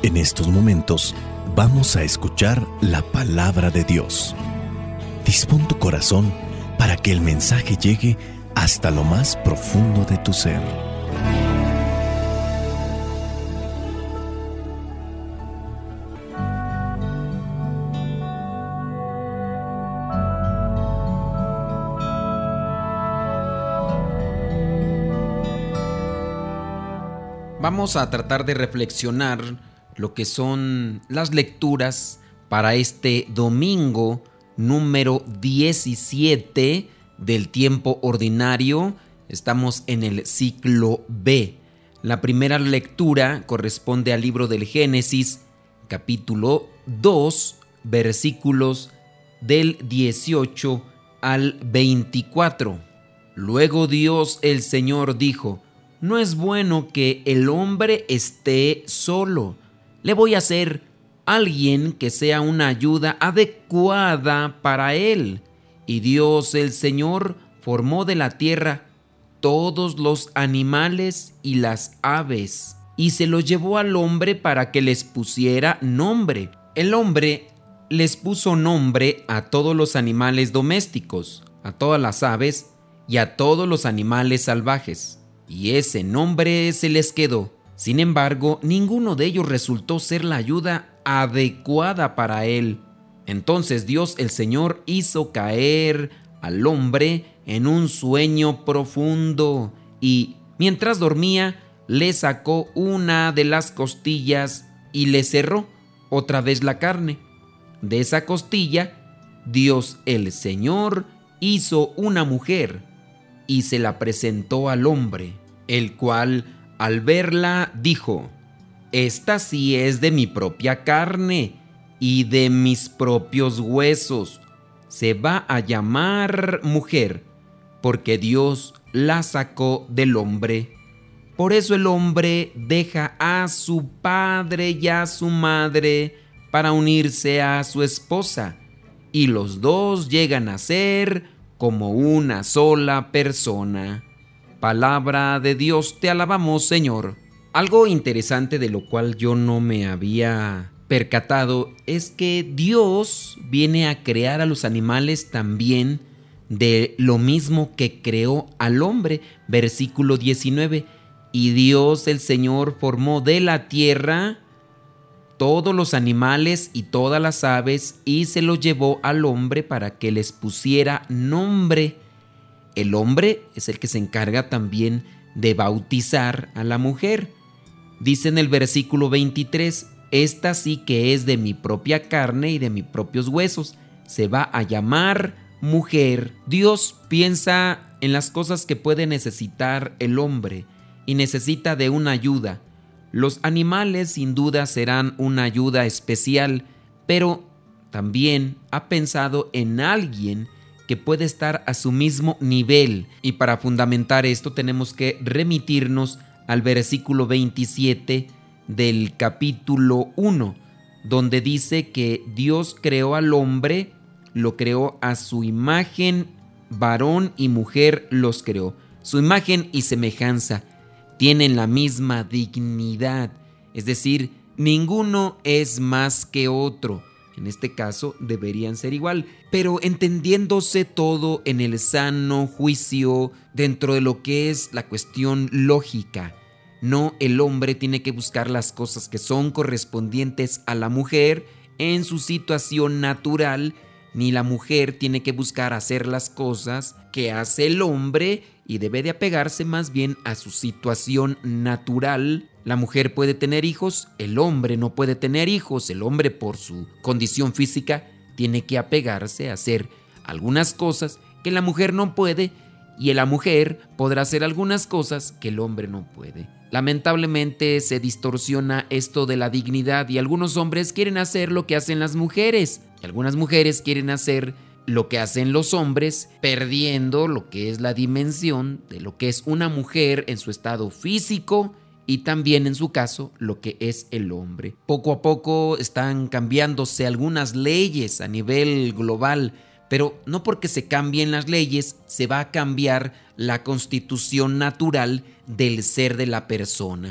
En estos momentos vamos a escuchar la palabra de Dios. Dispón tu corazón para que el mensaje llegue hasta lo más profundo de tu ser. Vamos a tratar de reflexionar lo que son las lecturas para este domingo número 17 del tiempo ordinario. Estamos en el ciclo B. La primera lectura corresponde al libro del Génesis, capítulo 2, versículos del 18 al 24. Luego Dios el Señor dijo: no es bueno que el hombre esté solo. Le voy a hacer alguien que sea una ayuda adecuada para él. Y Dios el Señor formó de la tierra todos los animales y las aves, y se los llevó al hombre para que les pusiera nombre. El hombre les puso nombre a todos los animales domésticos, a todas las aves y a todos los animales salvajes. Y ese nombre se les quedó. Sin embargo, ninguno de ellos resultó ser la ayuda adecuada para él. Entonces Dios el Señor hizo caer al hombre en un sueño profundo y, mientras dormía, le sacó una de las costillas y le cerró otra vez la carne. De esa costilla, Dios el Señor hizo una mujer y se la presentó al hombre, el cual, al verla, dijo: esta sí es de mi propia carne y de mis propios huesos. Se va a llamar mujer, porque Dios la sacó del hombre. Por eso el hombre deja a su padre y a su madre para unirse a su esposa, y los dos llegan a ser como una sola persona. Palabra de Dios, te alabamos, Señor. Algo interesante de lo cual yo no me había percatado es que Dios viene a crear a los animales también de lo mismo que creó al hombre. Versículo 19. Y Dios el Señor formó de la tierra todos los animales y todas las aves y se los llevó al hombre para que les pusiera nombre. El hombre es el que se encarga también de bautizar a la mujer. Dice en el versículo 23, esta sí que es de mi propia carne y de mis propios huesos. Se va a llamar mujer. Dios piensa en las cosas que puede necesitar el hombre y necesita de una ayuda. Los animales sin duda serán una ayuda especial, pero también ha pensado en alguien que puede estar a su mismo nivel. Y para fundamentar esto tenemos que remitirnos al versículo 27 del capítulo 1, donde dice que Dios creó al hombre, lo creó a su imagen, varón y mujer los creó. Su imagen y semejanza tienen la misma dignidad, es decir, ninguno es más que otro. En este caso deberían ser igual, pero entendiéndose todo en el sano juicio dentro de lo que es la cuestión lógica. No, el hombre tiene que buscar las cosas que son correspondientes a la mujer en su situación natural, ni la mujer tiene que buscar hacer las cosas que hace el hombre y debe de apegarse más bien a su situación natural. La mujer puede tener hijos, el hombre no puede tener hijos. El hombre, por su condición física, tiene que apegarse a hacer algunas cosas que la mujer no puede, y la mujer podrá hacer algunas cosas que el hombre no puede. Lamentablemente se distorsiona esto de la dignidad y algunos hombres quieren hacer lo que hacen las mujeres y algunas mujeres quieren hacer lo que hacen los hombres, perdiendo lo que es la dimensión de lo que es una mujer en su estado físico y también en su caso lo que es el hombre. Poco a poco están cambiándose algunas leyes a nivel global, pero no porque se cambien las leyes se va a cambiar la constitución natural del ser de la persona.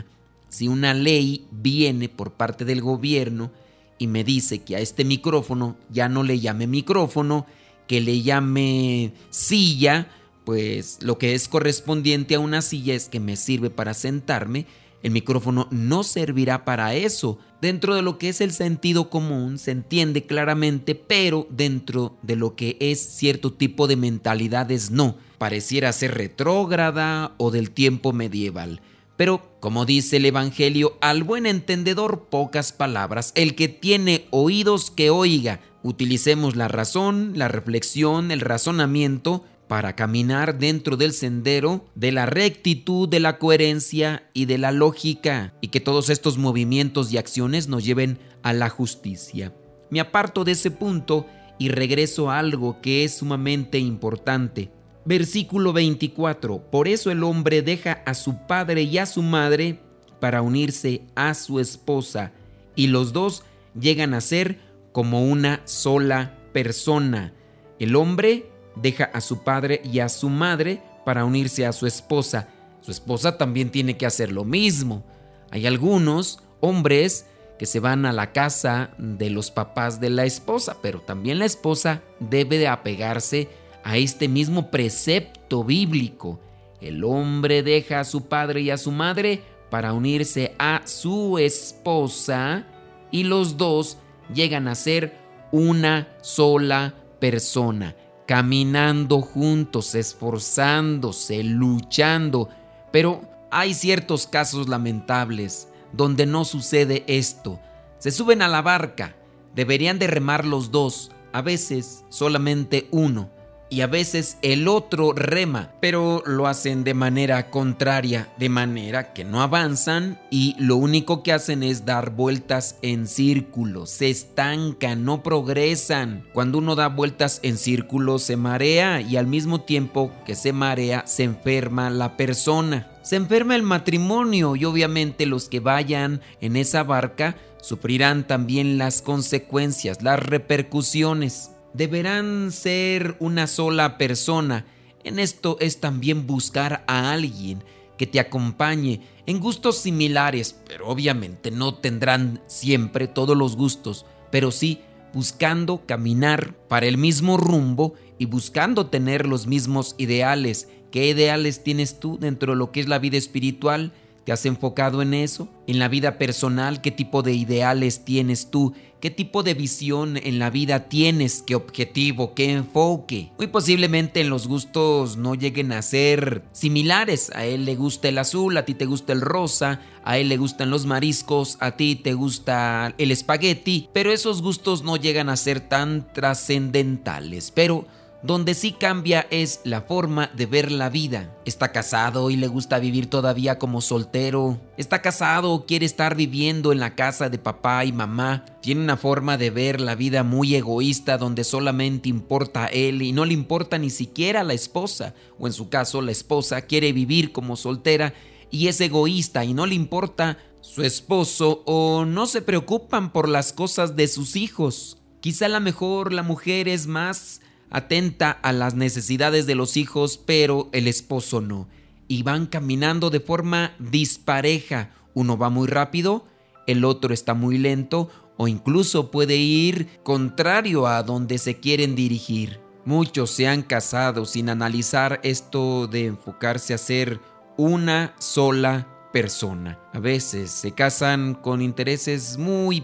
si una ley viene por parte del gobierno y me dice que a este micrófono ya no le llame micrófono, que le llame silla, pues lo que es correspondiente a una silla es que me sirve para sentarme. El micrófono no servirá para eso. Dentro de lo que es el sentido común se entiende claramente, pero dentro de lo que es cierto tipo de mentalidades no. Pareciera ser retrógrada o del tiempo medieval. Pero, como dice el Evangelio, al buen entendedor pocas palabras. El que tiene oídos que oiga. Utilicemos la razón, la reflexión, el razonamiento para caminar dentro del sendero de la rectitud, de la coherencia y de la lógica, y que todos estos movimientos y acciones nos lleven a la justicia. Me aparto de ese punto y regreso a algo que es sumamente importante. Versículo 24. Por eso el hombre deja a su padre y a su madre para unirse a su esposa, y los dos llegan a ser como una sola persona. El hombre deja a su padre y a su madre para unirse a su esposa. Su esposa también tiene que hacer lo mismo. Hay algunos hombres que se van a la casa de los papás de la esposa, pero también la esposa debe de apegarse a este mismo precepto bíblico. El hombre deja a su padre y a su madre para unirse a su esposa, y los dos llegan a ser una sola persona, caminando juntos, esforzándose, luchando. Pero hay ciertos casos lamentables donde no sucede esto. Se suben a la barca, deberían de remar los dos, a veces solamente uno, y a veces el otro rema, pero lo hacen de manera contraria, de manera que no avanzan y lo único que hacen es dar vueltas en círculo, se estancan, no progresan. Cuando uno da vueltas en círculo se marea, y al mismo tiempo que se marea se enferma la persona, se enferma el matrimonio, y obviamente los que vayan en esa barca sufrirán también las consecuencias, las repercusiones. Deberán ser una sola persona. En esto es también buscar a alguien que te acompañe en gustos similares, pero obviamente no tendrán siempre todos los gustos, pero sí buscando caminar para el mismo rumbo y buscando tener los mismos ideales. ¿Qué ideales tienes tú dentro de lo que es la vida espiritual? ¿Te has enfocado en eso? ¿En la vida personal? ¿Qué tipo de ideales tienes tú? ¿Qué tipo de visión en la vida tienes? ¿Qué objetivo? ¿Qué enfoque? Muy posiblemente en los gustos no lleguen a ser similares. A él le gusta el azul, a ti te gusta el rosa, a él le gustan los mariscos, a ti te gusta el espagueti, pero esos gustos no llegan a ser tan trascendentales. Pero donde sí cambia es la forma de ver la vida. Está casado y le gusta vivir todavía como soltero. Está casado, quiere estar viviendo en la casa de papá y mamá. Tiene una forma de ver la vida muy egoísta, donde solamente importa a él y no le importa ni siquiera a la esposa. O en su caso, la esposa quiere vivir como soltera y es egoísta y no le importa su esposo, o no se preocupan por las cosas de sus hijos. Quizá a lo mejor la mujer es más atenta a las necesidades de los hijos, pero el esposo no. Y van caminando de forma dispareja. Uno va muy rápido, el otro está muy lento, o incluso puede ir contrario a donde se quieren dirigir. Muchos se han casado sin analizar esto de enfocarse a ser una sola persona. A veces se casan con intereses muy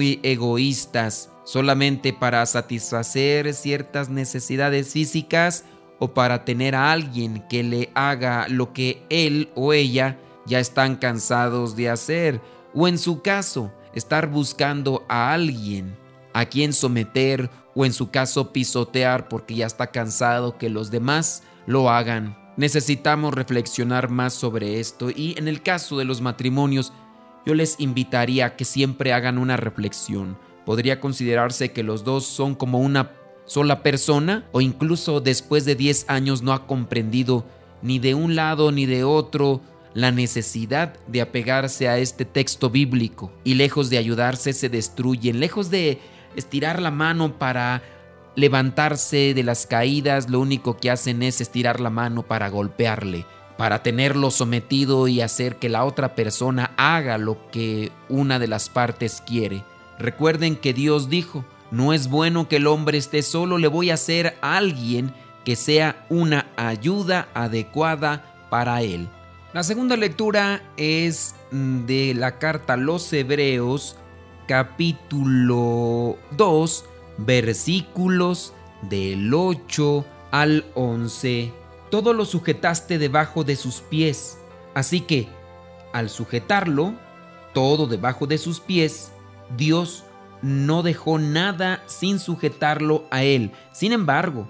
egoístas, solamente para satisfacer ciertas necesidades físicas o para tener a alguien que le haga lo que él o ella ya están cansados de hacer, o en su caso, estar buscando a alguien a quien someter, o en su caso pisotear porque ya está cansado que los demás lo hagan. Necesitamos reflexionar más sobre esto, y en el caso de los matrimonios yo les invitaría a que siempre hagan una reflexión. Podría considerarse que los dos son como una sola persona, o incluso después de 10 años no ha comprendido ni de un lado ni de otro la necesidad de apegarse a este texto bíblico, y lejos de ayudarse se destruyen. Lejos de estirar la mano para levantarse de las caídas, lo único que hacen es estirar la mano para golpearle, para tenerlo sometido y hacer que la otra persona haga lo que una de las partes quiere. Recuerden que Dios dijo: no es bueno que el hombre esté solo, le voy a hacer a alguien que sea una ayuda adecuada para él. La segunda lectura es de la carta a los Hebreos, capítulo 2, versículos del 8 al 11. Todo lo sujetaste debajo de sus pies, así que al sujetarlo todo debajo de sus pies, Dios no dejó nada sin sujetarlo a él. Sin embargo,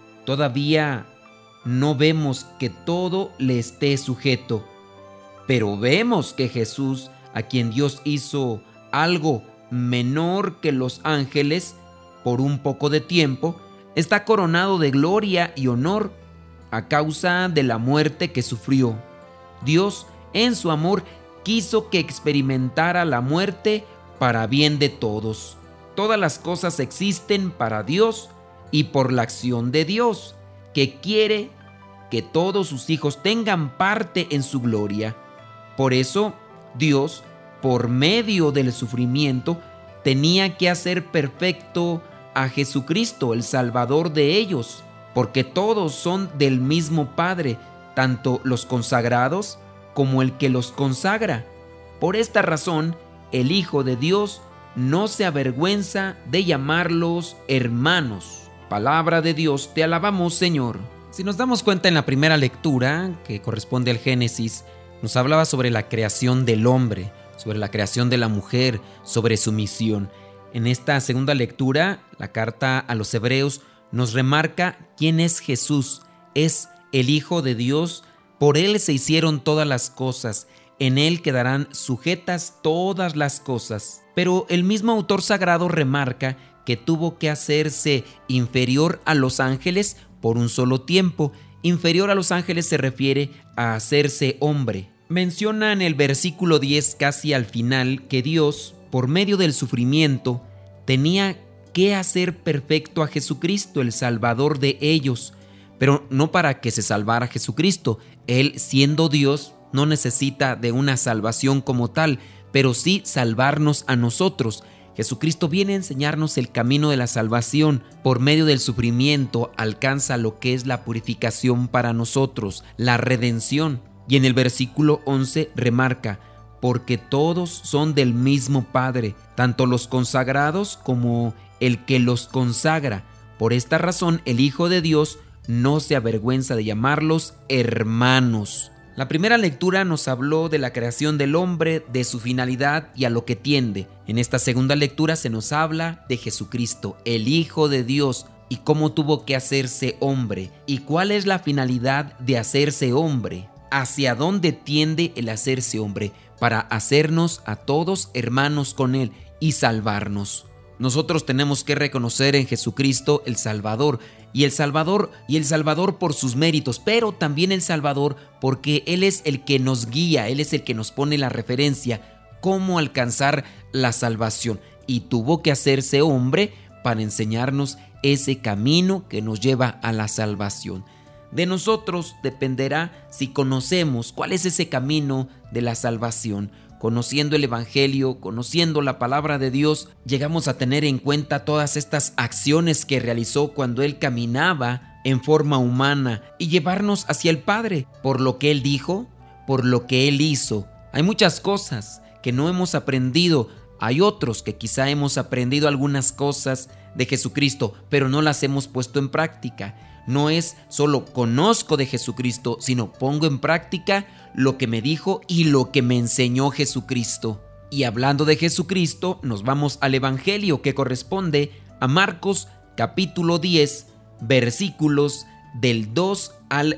todavía no vemos que todo le esté sujeto, pero vemos que Jesús, a quien Dios hizo algo menor que los ángeles por un poco de tiempo, está coronado de gloria y honor a causa de la muerte que sufrió. Dios, en su amor, quiso que experimentara la muerte para bien de todos. Todas las cosas existen para Dios y por la acción de Dios, que quiere que todos sus hijos tengan parte en su gloria. Por eso, Dios, por medio del sufrimiento, tenía que hacer perfecto a Jesucristo, el Salvador de ellos, porque todos son del mismo Padre, tanto los consagrados como el que los consagra. Por esta razón, el Hijo de Dios no se avergüenza de llamarlos hermanos. Palabra de Dios, te alabamos, Señor. Si nos damos cuenta, en la primera lectura, que corresponde al Génesis, nos hablaba sobre la creación del hombre, sobre la creación de la mujer, sobre su misión. En esta segunda lectura, la carta a los Hebreos nos remarca quién es Jesús. Es el Hijo de Dios, por Él se hicieron todas las cosas, en Él quedarán sujetas todas las cosas. Pero el mismo autor sagrado remarca que tuvo que hacerse inferior a los ángeles por un solo tiempo. Inferior a los ángeles se refiere a hacerse hombre. Menciona en el versículo 10, casi al final, que Dios, por medio del sufrimiento, tenía que hacer perfecto a Jesucristo, el Salvador de ellos, pero no para que se salvara Jesucristo. Él, siendo Dios, no necesita de una salvación como tal, pero sí salvarnos a nosotros. Jesucristo viene a enseñarnos el camino de la salvación. Por medio del sufrimiento alcanza lo que es la purificación para nosotros, la redención. Y en el versículo 11 remarca: porque todos son del mismo Padre, tanto los consagrados como el que los consagra. Por esta razón, el Hijo de Dios no se avergüenza de llamarlos hermanos. La primera lectura nos habló de la creación del hombre, de su finalidad y a lo que tiende. En esta segunda lectura se nos habla de Jesucristo, el Hijo de Dios, y cómo tuvo que hacerse hombre. ¿Y cuál es la finalidad de hacerse hombre? ¿Hacia dónde tiende el hacerse hombre? Para hacernos a todos hermanos con Él y salvarnos. Nosotros tenemos que reconocer en Jesucristo el Salvador, y el Salvador por sus méritos, pero también el Salvador porque Él es el que nos guía, Él es el que nos pone la referencia, cómo alcanzar la salvación. Y tuvo que hacerse hombre para enseñarnos ese camino que nos lleva a la salvación. De nosotros dependerá si conocemos cuál es ese camino de la salvación. Conociendo el Evangelio, conociendo la palabra de Dios, llegamos a tener en cuenta todas estas acciones que realizó cuando Él caminaba en forma humana y llevarnos hacia el Padre, por lo que Él dijo, por lo que Él hizo. Hay muchas cosas que no hemos aprendido, hay otros que quizá hemos aprendido algunas cosas de Jesucristo, pero no las hemos puesto en práctica. No es solo conozco de Jesucristo, sino pongo en práctica lo que me dijo y lo que me enseñó Jesucristo. Y hablando de Jesucristo, nos vamos al Evangelio que corresponde a Marcos capítulo 10, versículos del 2 al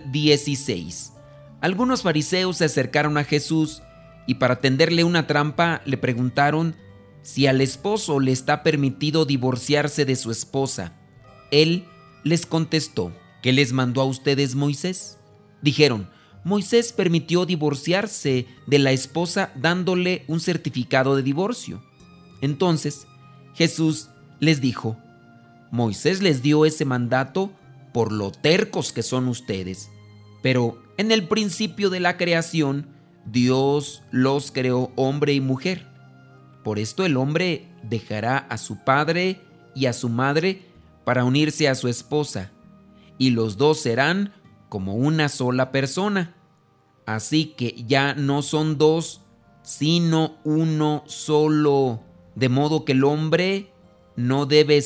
16. Algunos fariseos se acercaron a Jesús y para tenderle una trampa le preguntaron si al esposo le está permitido divorciarse de su esposa. Él les contestó: ¿qué les mandó a ustedes Moisés? Dijeron: Moisés permitió divorciarse de la esposa dándole un certificado de divorcio. Entonces Jesús les dijo: Moisés les dio ese mandato por lo tercos que son ustedes, pero En el principio de la creación, Dios los creó hombre y mujer. Por esto el hombre dejará a su padre y a su madre para unirse a su esposa, y los dos serán como una sola persona. Así que ya no son dos, sino uno solo. De modo que el hombre no debe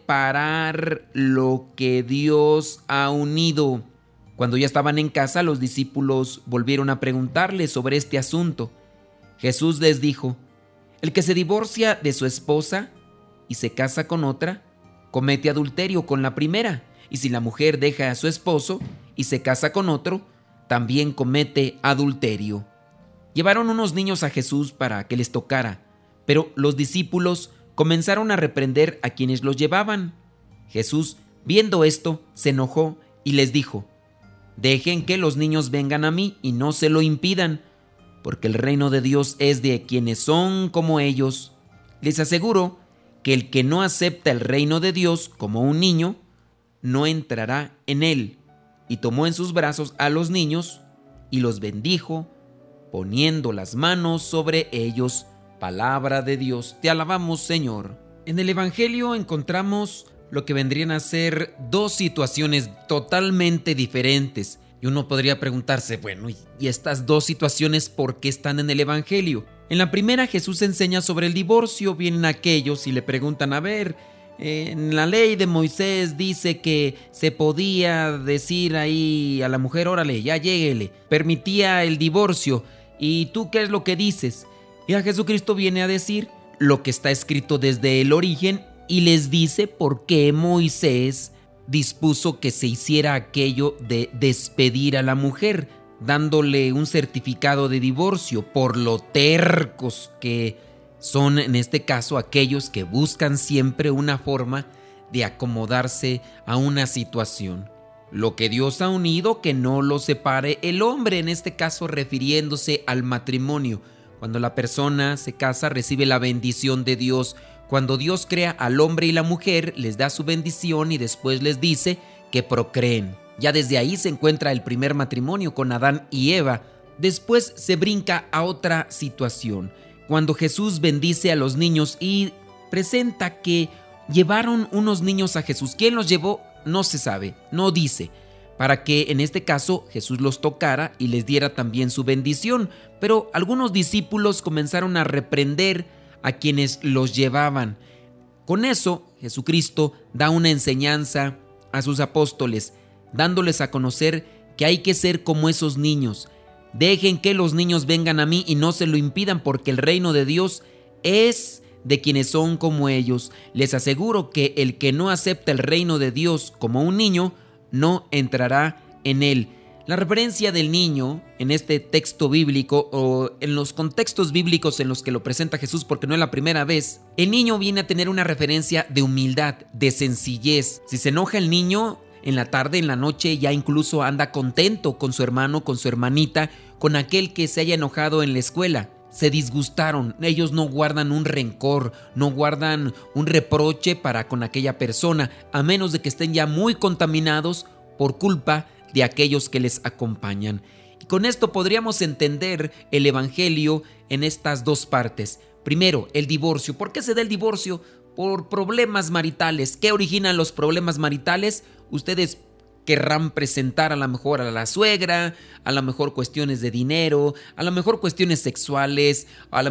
separar lo que Dios ha unido. Cuando ya estaban en casa, los discípulos volvieron a preguntarle sobre este asunto. Jesús les dijo: el que se divorcia de su esposa y se casa con otra, comete adulterio con la primera. Y si la mujer deja a su esposo y se casa con otro, también comete adulterio. Llevaron unos niños a Jesús para que les tocara, pero los discípulos comenzaron a reprender a quienes los llevaban. Jesús, viendo esto, se enojó y les dijo: dejen que los niños vengan a mí y no se lo impidan, porque el reino de Dios es de quienes son como ellos. Les aseguro que el que no acepta el reino de Dios como un niño, no entrará en él. Y tomó en sus brazos a los niños y los bendijo, poniendo las manos sobre ellos. Palabra de Dios, te alabamos, Señor. En el Evangelio encontramos lo que vendrían a ser dos situaciones totalmente diferentes. Y uno podría preguntarse, bueno, ¿y estas dos situaciones por qué están en el Evangelio? En la primera, Jesús enseña sobre el divorcio. Vienen aquellos y le preguntan, a ver, en la ley de Moisés dice que se podía decir ahí a la mujer, órale, ya lléguele. Permitía el divorcio. ¿Y tú qué es lo que dices? Y a Jesucristo viene a decir lo que está escrito desde el origen y les dice por qué Moisés dispuso que se hiciera aquello de despedir a la mujer, dándole un certificado de divorcio por lo tercos que son en este caso aquellos que buscan siempre una forma de acomodarse a una situación. Lo que Dios ha unido, que no lo separe el hombre, en este caso refiriéndose al matrimonio. Cuando la persona se casa, recibe la bendición de Dios. Cuando Dios crea al hombre y la mujer, les da su bendición y después les dice que procreen. Ya desde ahí se encuentra el primer matrimonio con Adán y Eva. Después se brinca a otra situación, cuando Jesús bendice a los niños y presenta que llevaron unos niños a Jesús. ¿Quién los llevó? No se sabe, no dice, para que en este caso Jesús los tocara y les diera también su bendición. Pero algunos discípulos comenzaron a reprender a quienes los llevaban. Con eso, Jesucristo da una enseñanza a sus apóstoles, dándoles a conocer que hay que ser como esos niños. Dejen que los niños vengan a mí y no se lo impidan, porque el reino de Dios es de quienes son como ellos. Les aseguro que el que no acepta el reino de Dios como un niño, no entrará en él. La referencia del niño en este texto bíblico o en los contextos bíblicos en los que lo presenta Jesús, porque no es la primera vez, el niño viene a tener una referencia de humildad, de sencillez. Si se enoja el niño, en la tarde, en la noche, ya incluso anda contento con su hermano, con su hermanita, con aquel que se haya enojado en la escuela. Se disgustaron, ellos no guardan un rencor, no guardan un reproche para con aquella persona, a menos de que estén ya muy contaminados por culpa de aquellos que les acompañan. Y con esto podríamos entender el Evangelio en estas dos partes. Primero, el divorcio. ¿Por qué se da el divorcio? Por problemas maritales. ¿Qué originan los problemas maritales? Ustedes querrán presentar a lo mejor a la suegra, a lo mejor cuestiones de dinero, a lo mejor cuestiones sexuales, a lo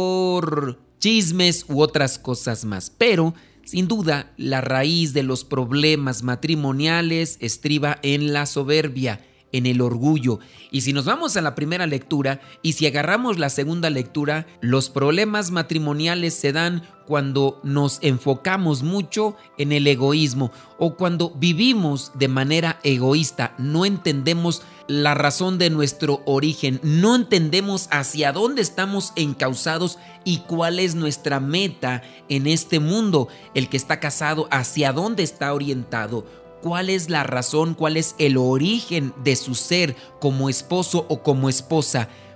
mejor chismes u otras cosas más. Pero, sin duda, la raíz de los problemas matrimoniales estriba en la soberbia, en el orgullo. Y si nos vamos a la primera lectura y si agarramos la segunda lectura, los problemas matrimoniales se dan cuando nos enfocamos mucho en el egoísmo o cuando vivimos de manera egoísta. No entendemos la razón de nuestro origen, no entendemos hacia dónde estamos encausados y cuál es nuestra meta en este mundo. El que está casado, ¿hacia dónde está orientado? ¿Cuál es la razón? ¿Cuál es el origen de su ser como esposo o como esposa?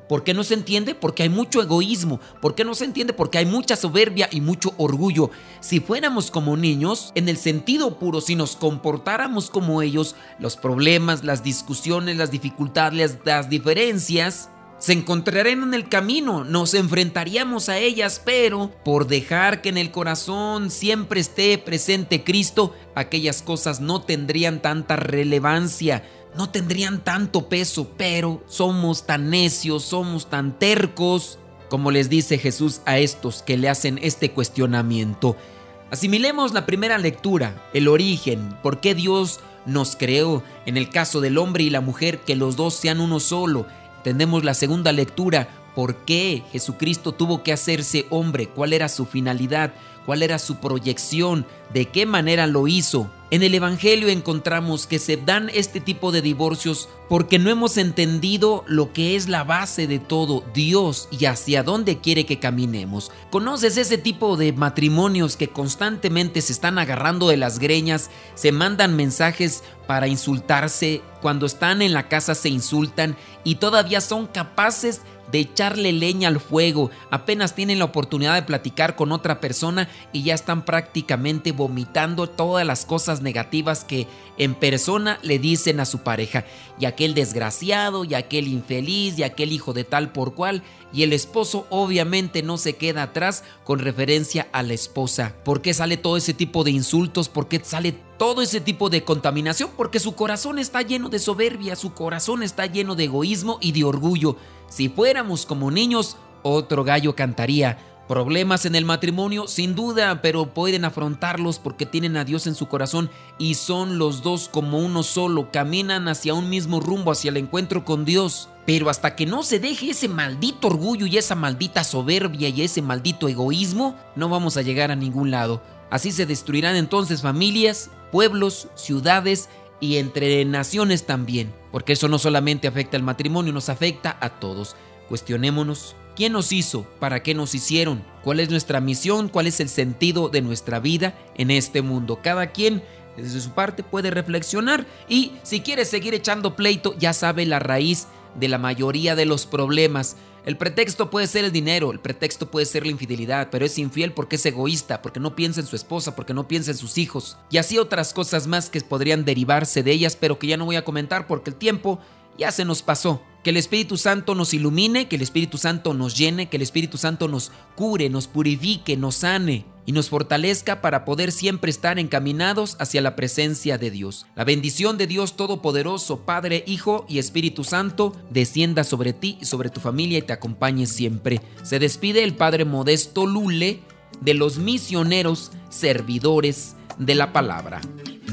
¿Por qué no se entiende? Porque hay mucho egoísmo. ¿Por qué no se entiende? Porque hay mucha soberbia y mucho orgullo. Si fuéramos como niños, en el sentido puro, si nos comportáramos como ellos, los problemas, las discusiones, las dificultades, las diferencias se encontrarían en el camino, nos enfrentaríamos a ellas, pero por dejar que en el corazón siempre esté presente Cristo, aquellas cosas no tendrían tanta relevancia, no tendrían tanto peso, pero somos tan necios, somos tan tercos, como les dice Jesús a estos que le hacen este cuestionamiento. Asimilemos la primera lectura, el origen, por qué Dios nos creó, en el caso del hombre y la mujer, que los dos sean uno solo. Tenemos la segunda lectura, por qué Jesucristo tuvo que hacerse hombre, cuál era su finalidad, cuál era su proyección, de qué manera lo hizo. En el Evangelio encontramos que se dan este tipo de divorcios porque no hemos entendido lo que es la base de todo, Dios, y hacia dónde quiere que caminemos. ¿Conoces ese tipo de matrimonios que constantemente se están agarrando de las greñas, se mandan mensajes para insultarse, cuando están en la casa se insultan y todavía son capaces de echarle leña al fuego? Apenas tienen la oportunidad de platicar con otra persona y ya están prácticamente vomitando todas las cosas negativas que en persona le dicen a su pareja. Y aquel desgraciado, y aquel infeliz, y aquel hijo de tal por cual. Y el esposo obviamente no se queda atrás con referencia a la esposa. ¿Por qué sale todo ese tipo de insultos? ¿Por qué sale todo ese tipo de contaminación? Porque su corazón está lleno de soberbia, su corazón está lleno de egoísmo y de orgullo. Si fuéramos como niños, otro gallo cantaría. Problemas en el matrimonio, sin duda, pero pueden afrontarlos porque tienen a Dios en su corazón y son los dos como uno solo, caminan hacia un mismo rumbo, hacia el encuentro con Dios. Pero hasta que no se deje ese maldito orgullo y esa maldita soberbia y ese maldito egoísmo, no vamos a llegar a ningún lado. Así se destruirán entonces familias, pueblos, ciudades y entre naciones también, porque eso no solamente afecta al matrimonio, nos afecta a todos. Cuestionémonos, ¿quién nos hizo? ¿Para qué nos hicieron? ¿Cuál es nuestra misión? ¿Cuál es el sentido de nuestra vida en este mundo? Cada quien desde su parte puede reflexionar y si quiere seguir echando pleito, ya sabe la raíz de la mayoría de los problemas. El pretexto puede ser el dinero, el pretexto puede ser la infidelidad, pero es infiel porque es egoísta, porque no piensa en su esposa, porque no piensa en sus hijos y así otras cosas más que podrían derivarse de ellas, pero que ya no voy a comentar porque el tiempo ya se nos pasó. Que el Espíritu Santo nos ilumine, que el Espíritu Santo nos llene, que el Espíritu Santo nos cure, nos purifique, nos sane y nos fortalezca para poder siempre estar encaminados hacia la presencia de Dios. La bendición de Dios Todopoderoso, Padre, Hijo y Espíritu Santo, descienda sobre ti y sobre tu familia y te acompañe siempre. Se despide el Padre Modesto Lule de los misioneros servidores de la palabra.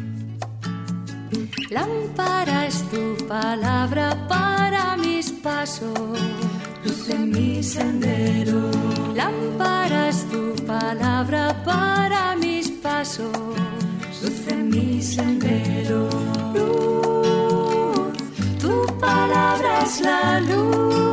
Lámpara es tu palabra para mis pasos, luz en mi sendero. Lámpara es tu palabra para mis pasos, luz en mi sendero. Luz, tu palabra es la luz.